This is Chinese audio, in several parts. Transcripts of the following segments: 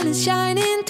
is shining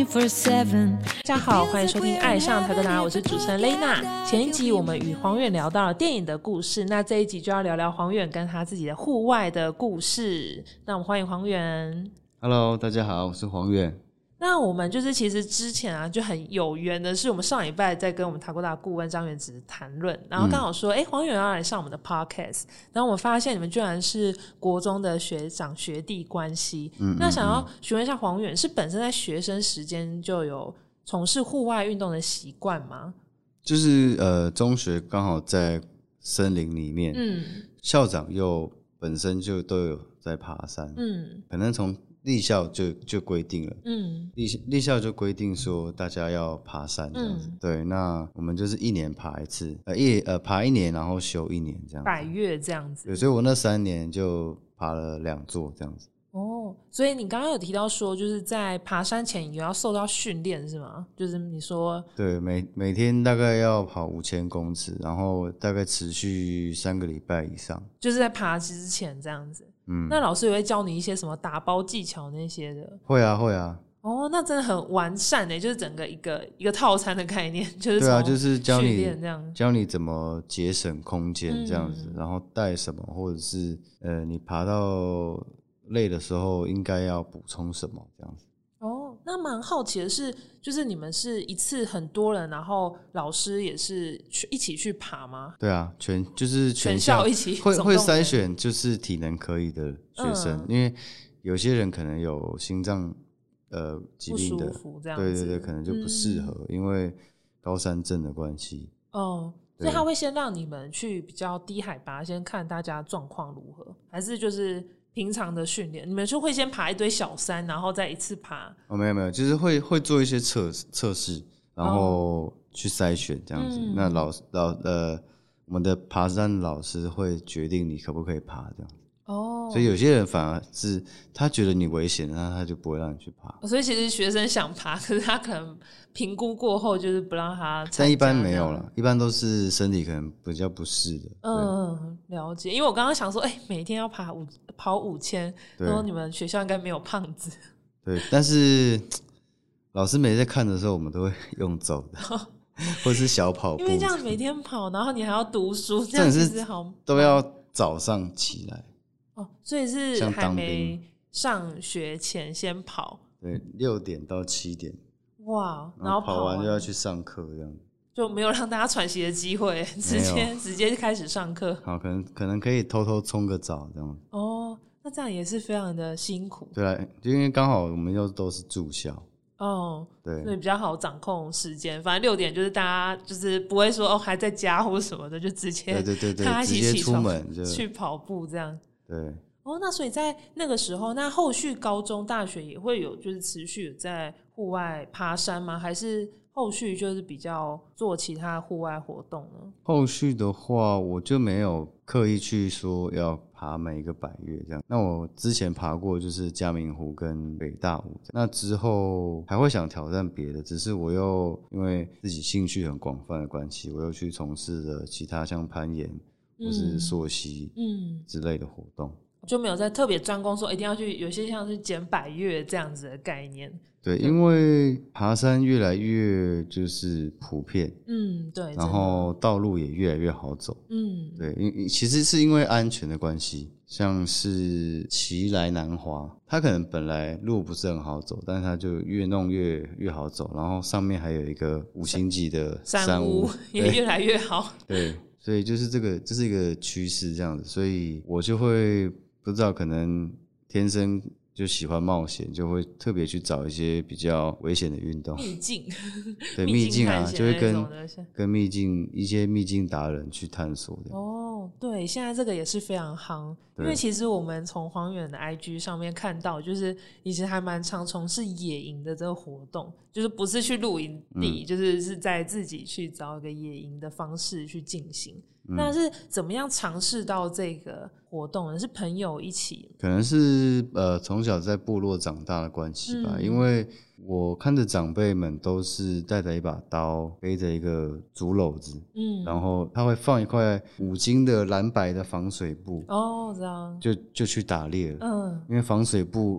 24/7。 大家好，欢迎收听爱上台哥达，我是主持人雷娜。前一集我们与黄远聊到了电影的故事，那这一集就要聊聊黄远跟他自己的户外的故事。那我们欢迎黄远。 Hello， 大家好，我是黄远。 那我们就是其实之前啊就很有缘的是，我们上礼拜在跟我们台国大顾问张元直谈论，然后刚好说黄远要来上我们的 podcast， 然后我们发现你们居然是国中的学长学弟关系。那想要询问一下黄远，是本身在学生时间就有从事户外运动的习惯吗？ 就是中学刚好在森林里面，校长又本身就都有在爬山，可能从立校就规定了，立校就规定说大家要爬山这样子，对，那我们就是一年爬一次，爬一年然后休一年这样子， 百岳这样子， 对，所以我那3年就爬了2座这样子。 哦，所以你刚刚有提到说，就是在爬山前也要受到训练是吗？就是你说对，每天大概要跑5000公尺，然后大概持续3个礼拜以上， 就是在爬之前这样子。那老师也会教你一些什么打包技巧那些的？ 会啊。 哦，那真的很完善耶，就是整个一个套餐的概念，就是对啊，就是教你怎么节省空间这样子，然后带什么，或者是你爬到累的时候应该要补充什么这样子。哦， 那蛮好奇的是，就是你们是一次很多人，然后老师也是一起去爬吗？ 对啊，全校一起会筛选就是体能可以的学生，因为有些人可能有心脏疾病的， 不舒服这样子， 对，可能就不适合，因为高山症的关系。 哦，所以他会先让你们去比较低海拔，先看大家状况如何，还是就是平常的训练？你们就会先爬一堆小山，然后再一次爬？ 哦，没有，就是会做一些测试，然后去筛选这样子。那我们的爬山老师会决定你可不可以爬这样。哦，所以有些人反而是他觉得你危险，那他就不会让你去爬。 所以其实学生想爬，可是他可能评估过后就是不让他参加。 但一般没有了，一般都是身体可能比较不适的。 了解。因为我刚刚想说，每天要跑5000，然后你们学校应该没有胖子。 对，但是老师每次在看的时候，我们都会用走的，或是小跑步。 因为这样每天跑，然后你还要读书，这样其实好都要早上起来。 所以是还没上学前先跑， 对，6点到7点， 哇， 然后跑完就要去上课，这样就没有让大家喘息的机会，直接开始上课。 好，可能可以偷偷冲个澡这样。 哦，那这样也是非常的辛苦。 对啊，因为刚好我们又都是住校。 哦， 对， 所以比较好掌控时间。反正6点就是大家就是不会说还在家或什么的，就直接对， 大家一起起出门就去跑步这样。 对。 那所以在那个时候，那后续高中大学也会有就是持续在户外爬山吗？还是后续就是比较做其他户外活动呢？ 后续的话我就没有刻意去说要爬每一个百岳这样。那我之前爬过就是嘉明湖跟北大武，那之后还会想挑战别的，只是我又因为自己兴趣很广泛的关系，我又去从事了其他像攀岩或是溯溪之类的活动， 就没有在特别专攻说一定要去，有些像是捡百岳这样子的概念。 对，因为爬山越来越就是普遍， 对， 然后道路也越来越好走，对，其实是因为安全的关系，像是奇来南华，它可能本来路不是很好走，但是它就越弄越好走，然后上面还有一个5星级的山屋也越来越好， 对，所以就是这是一个趋势这样子，所以我就会不知道可能天生就喜欢冒险，就会特别去找一些比较危险的运动， 秘境， 对，秘境啊，就会跟一些秘境达人去探索的。 对，现在这个也是非常夯，因为其实我们从黄远的 IG 上面看到，就是以前还蛮常从事野营的这个活动，就是不是去露营地，就是在自己去找一个野营的方式去进行。那是怎么样尝试到这个活动呢？是朋友一起？ 可能是从小在部落长大的关系吧，因为我看着长辈们都是带着一把刀，背着一个竹篓子，然后他会放一块5斤的蓝白的防水布， 这样就去打猎了，因为防水布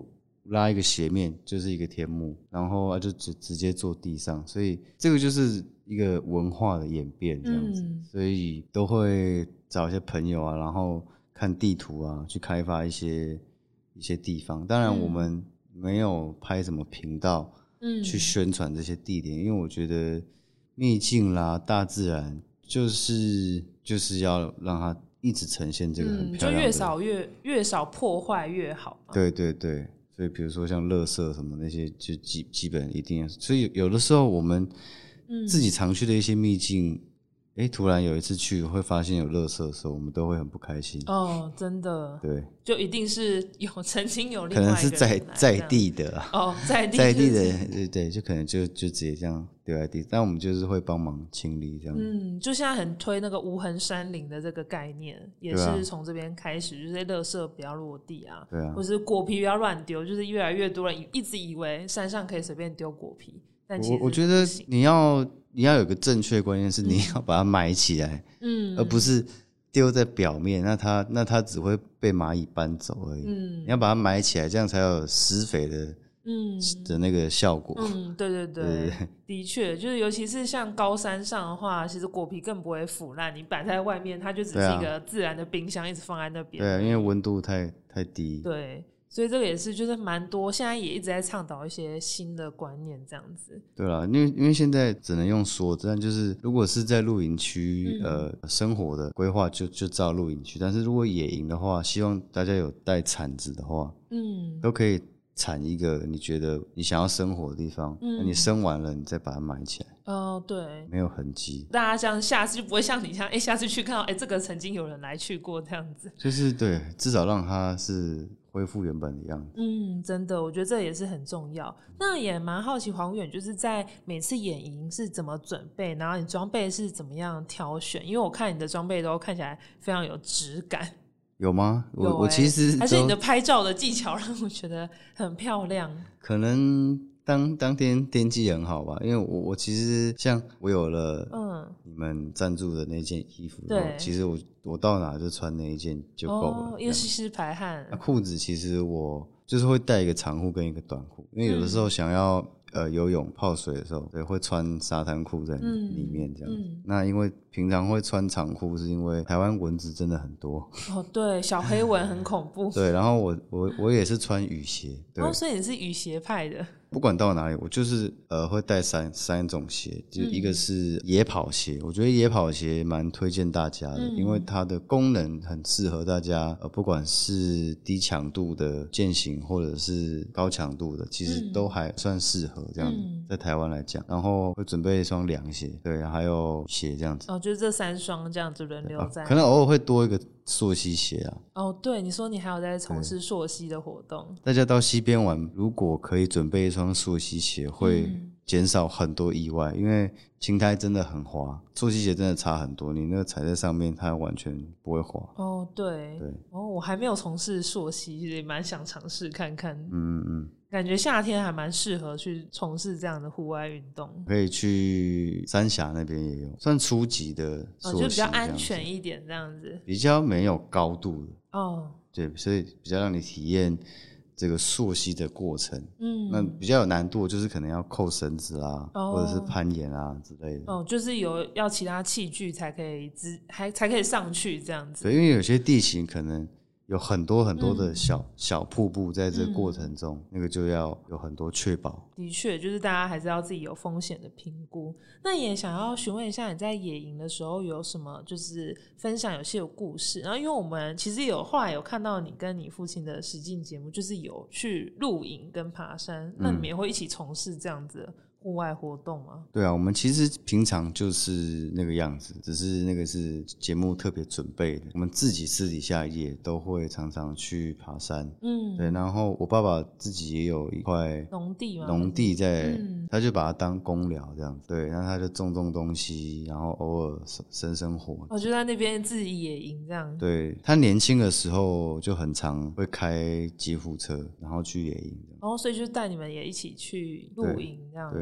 拉一个斜面就是一个天幕，然后就直接坐地上，所以这个就是一个文化的演变这样子，所以都会找一些朋友啊，然后看地图啊，去开发一些地方。当然我们没有拍什么频道去宣传这些地点，因为我觉得秘境啦、大自然就是要让它一直呈现这个很漂亮的， 就越少破坏越好嘛。 对对对，所以比如说像垃圾什么那些，就基本一定要。所以有的时候我们自己常去的一些秘境，突然有一次去会发现有垃圾的时候，我们都会很不开心。 哦，真的， 对， 就一定是曾经有另外一个人来， 可能是在地的啦。 哦，在地的，对，就可能就直接这样丢在地，但我们就是会帮忙清理这样。 就现在很推那个无痕山林的这个概念，也是从这边开始，就是垃圾不要落地啊， 对啊， 或是果皮不要乱丢，就是越来越多人一直以为山上可以随便丢果皮，但其实我觉得你要有个正确观念，是你要把它埋起来，而不是丢在表面，那它只会被蚂蚁搬走而已。你要把它埋起来，这样才有施肥的那个效果。 对，的确，就是尤其是像高山上的话，其实果皮更不会腐烂，你摆在外面，它就只是一个自然的冰箱，一直放在那边。 对啊，因为温度太低。 对。所以这个也是，就是蛮多，现在也一直在倡导一些新的观念，这样子。 对啦，因为现在只能用说，但就是如果是在露营区生活的规划就照露营区，但是如果野营的话，希望大家有带铲子的话，都可以铲一个你觉得你想要生活的地方，那你生完了你再把它埋起来。 哦，对， 没有痕迹， 大家这样下次就不会像你这样，下次去看到，这个曾经有人来去过这样子， 就是对，至少让它是恢复原本的样子。 真的，我觉得这也是很重要。那也蛮好奇黄远就是在每次演营是怎么准备，然后你装备是怎么样挑选？因为我看你的装备都看起来非常有质感。 有吗？我其实还是你的拍照的技巧让我觉得很漂亮。 可能当天天气很好吧，因为我其实像我有了你们赞助的那件衣服，对，其实我到哪就穿那一件就够了， 因为是排汗。 裤子其实我就是会带一个长裤跟一个短裤，因为有的时候想要游泳泡水的时候，对，会穿沙滩裤在里面这样子。那因为平常会穿长裤，是因为台湾蚊子真的很多。哦， 对，小黑蚊很恐怖。 对，然后我也是穿雨鞋。对， 所以你是雨鞋派的。 不管到哪里，我就是会带三种鞋，就一个是野跑鞋，我觉得野跑鞋蛮推荐大家的，因为它的功能很适合大家，不管是低强度的健行或者是高强度的，其实都还算适合这样子，在台湾来讲。然后会准备一双凉鞋，对，还有鞋这样子。 就是这3双这样子轮流在。 可能偶尔会多一个溯溪鞋啊。 对，你说你还有在从事溯溪的活动。 大家到溪边玩，如果可以准备一双溯溪鞋，会减少很多意外，因为青苔真的很滑，溯溪鞋真的差很多，你那个踩在上面它完全不会滑。 对，我还没有从事溯溪，也蛮想尝试看看。感觉夏天还蛮适合去从事这样的户外运动， 可以去三峡那边也有，算初级的溯溪， 就比较安全一点这样子， 比较没有高度的对，所以比较让你体验这个溯溪的过程。那比较有难度就是可能要扣绳子啊，或者是攀岩啊之类的。 就是要其他器具才可以才可以上去这样子。 对，因为有些地形可能有很多很多的小瀑布，在这个过程中，那个就要有很多确保。 的确，就是大家还是要自己有风险的评估。那也想要询问一下，你在野营的时候有什么就是分享有些有故事？然后因为我们其实后来有看到你跟你父亲的实境节目，就是有去露营跟爬山，那你们也会一起从事这样子的户外活动吗？ 对啊，我们其实平常就是那个样子，只是那个是节目特别准备的。我们自己私底下也都会常常去爬山，对。然后我爸爸自己也有一块农地在，他就把它当公寮这样子，对。然后他就种东西，然后偶尔生火。 就在那边自己野营这样。 对，他年轻的时候就很常会开吉普车，然后去野营。 所以就带你们也一起去露营这样。 对，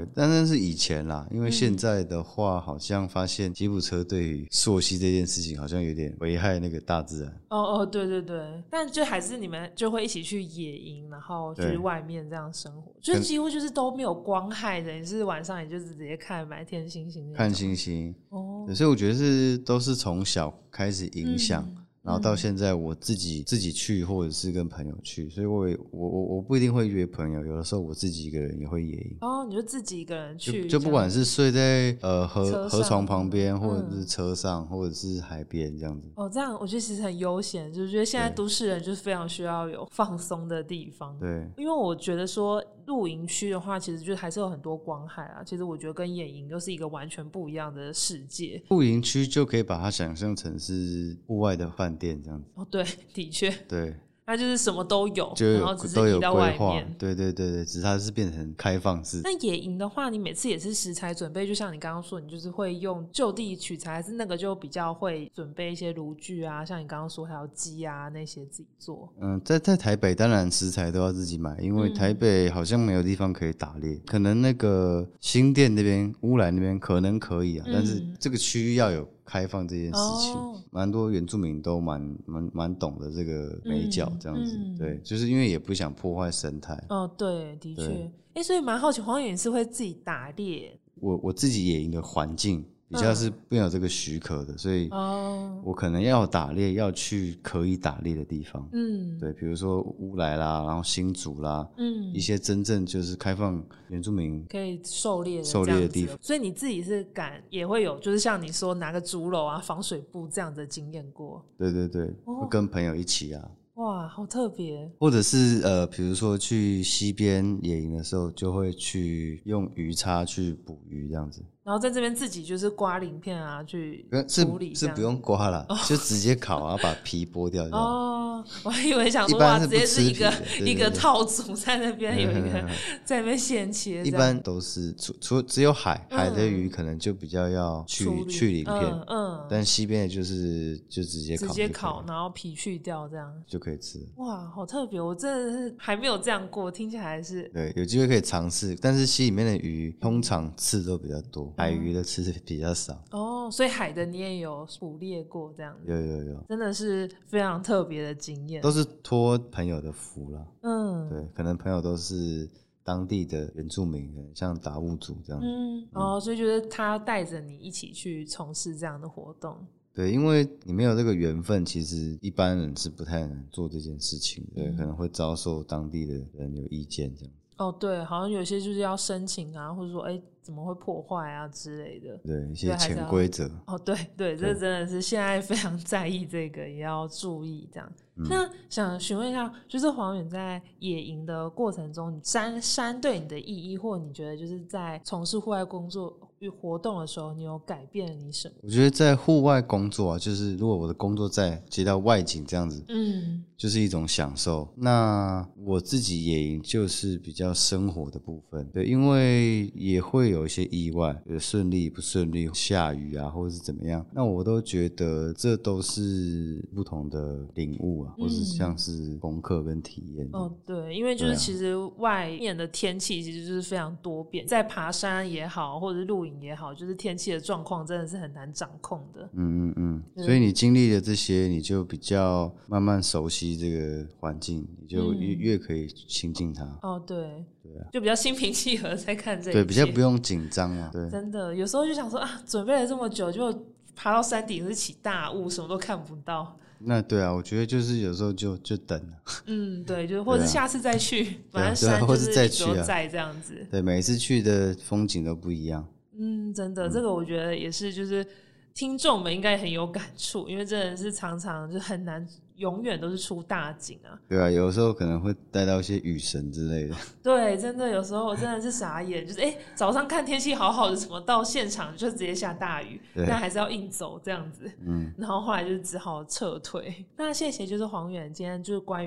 但是以前啦，因为现在的话好像发现吉普车对于溯溪这件事情好像有点危害那个大自然。 对对对，但就还是你们就会一起去野营，然后去外面这样生活，就几乎就是都没有光害的，你是晚上也就是直接看满天星星， 看星星。所以我觉得都是从小开始影响。然后到现在我自己去，或者是跟朋友去，所以我不一定会约朋友，有的时候我自己一个人也会野营。 你就自己一个人去， 就不管是睡在河床旁边，或者是车上，或者是海边这样子。 这样我觉得其实很悠闲，就是觉得现在都市人就是非常需要有放松的地方。 对， 因为我觉得说露营区的话，其实就还是有很多光害啊。其实我觉得跟野营又是一个完全不一样的世界。 露营区就可以把它想象成是户外的饭店这样子。 对，的确， 对， 它就是什么都有， 然后只是移到外面。 对对对对，只是它是变成开放式。 那野营的话，你每次也是食材准备，就像你刚刚说，你就是会用就地取材，还是那个就比较会准备一些炉具啊？像你刚刚说还有鸡啊那些自己做。 在台北当然食材都要自己买，因为台北好像没有地方可以打猎。可能那个新店那边、乌来那边可能可以啊，但是这个区域要有开放这件事情，蛮多原住民都蛮懂得这个美角这样子。对，就是因为也不想破坏生态。 对，的确。所以蛮好奇，黄远是会自己打猎？ 我自己野营的环境比较是没有这个许可的，所以我可能要打猎要去可以打猎的地方。对，比如说乌来啦，然后新竹啦，一些真正就是开放原住民可以狩猎的地方。 所以你自己是敢也会有，就是像你说拿个竹篓啊、防水布这样的经验过？ 对对对，会跟朋友一起啊。 哇，好特别！ 或者是比如说去溪边野营的时候，就会去用鱼叉去捕鱼这样子。 然后在这边自己就是刮鳞片啊，去处理是不用刮啦，就直接烤，然后把皮剥掉。 我还以为想说哇，直接是一个套组在那边有一个在那边现切。 一般都是只有海的鱼可能就比较要去鳞片，但溪边的就直接烤， 然后皮去掉这样就可以吃。 哇，好特别！我真的是还没有这样过，听起来还是对，有机会可以尝试。但是溪里面的鱼通常刺都比较多。海鱼的吃比较少所以海的你也有捕猎过这样子？ 有，真的是非常特别的经验， 都是托朋友的福啦。对，可能朋友都是当地的原住民，像达悟族这样子。 所以就是他带着你一起去从事这样的活动。 对，因为你没有这个缘分，其实一般人是不太能做这件事情。对，可能会遭受当地的人有意见这样。 对，好像有些就是要申请啊，或者说怎么会破坏啊之类的。 对，一些潜规则。 对，这真的是现在非常在意这个，也要注意这样。那想询问一下，就是黄远在野营的过程中，山对你的意义，或你觉得就是在从事户外工作与活动的时候，你有改变了你什么？ 我觉得在户外工作啊，就是如果我的工作在接到外景这样子，就是一种享受。那我自己野营就是比较生活的部分，对，因为也会有一些意外，有顺利不顺利，下雨啊，或者是怎么样，那我都觉得这都是不同的领悟啊，或是像是功课跟体验。 对，因为就是其实外面的天气其实就是非常多变，在爬山也好，或者是露营也好，就是天气的状况真的是很难掌控的。 所以你经历了这些，你就比较慢慢熟悉这个环境，你就越可以亲近它。 对，就比较心平气和在看这一切， 对，比较不用紧张啊。对， 真的有时候就想说准备了这么久，就爬到山顶是起大雾，什么都看不到。 那对啊，我觉得就是有时候就等了。 对，就或者是下次再去，反正山就是一直都在这样子。 对，每一次去的风景都不一样。 真的，这个我觉得也是，就是听众们应该很有感触，因为真的是常常就很难永远都是出大景啊。 对啊，有时候可能会带到一些雨神之类的。 对，真的有时候我真的是傻眼，就是早上看天气好好的，什么到现场就直接下大雨，但还是要硬走这样子。然后后来就只好撤退。那谢谢就是黄远今天就是关于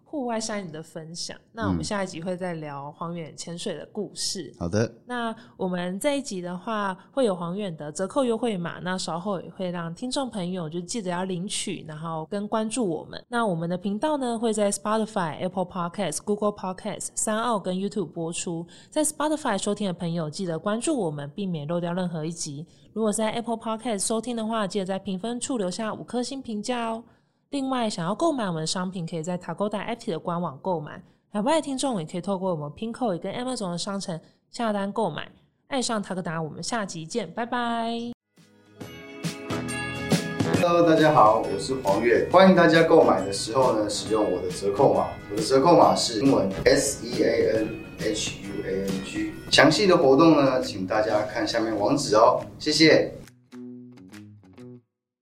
户外山林的分享。那我们下一集会再聊黄远潜水的故事。 好的， 那我们这一集的话会有黄远的折扣优惠码，那稍后也会让听众朋友就记得要领取，然后跟关注我们。那我们的频道呢会在 Spotify、Apple Podcast、Google Podcast、三奥跟 YouTube 播出。在 Spotify 收听的朋友记得关注我们，避免漏掉任何一集。如果是在 Apple Podcast 收听的话，记得在评分处留下5颗星评价哦。另外，想要购买我们的商品，可以在 Takoda FT 的官网购买。海外的听众也可以透过我们 Pinkoi 跟 Amazon 的商城下单购买。爱上 Takoda，我们下集见，拜拜。 Hello， 大家好，我是黄岳，欢迎大家购买的时候呢，使用我的折扣码。我的折扣码是英文 SEANHUANG。详细的活动呢，请大家看下面网址哦，谢谢。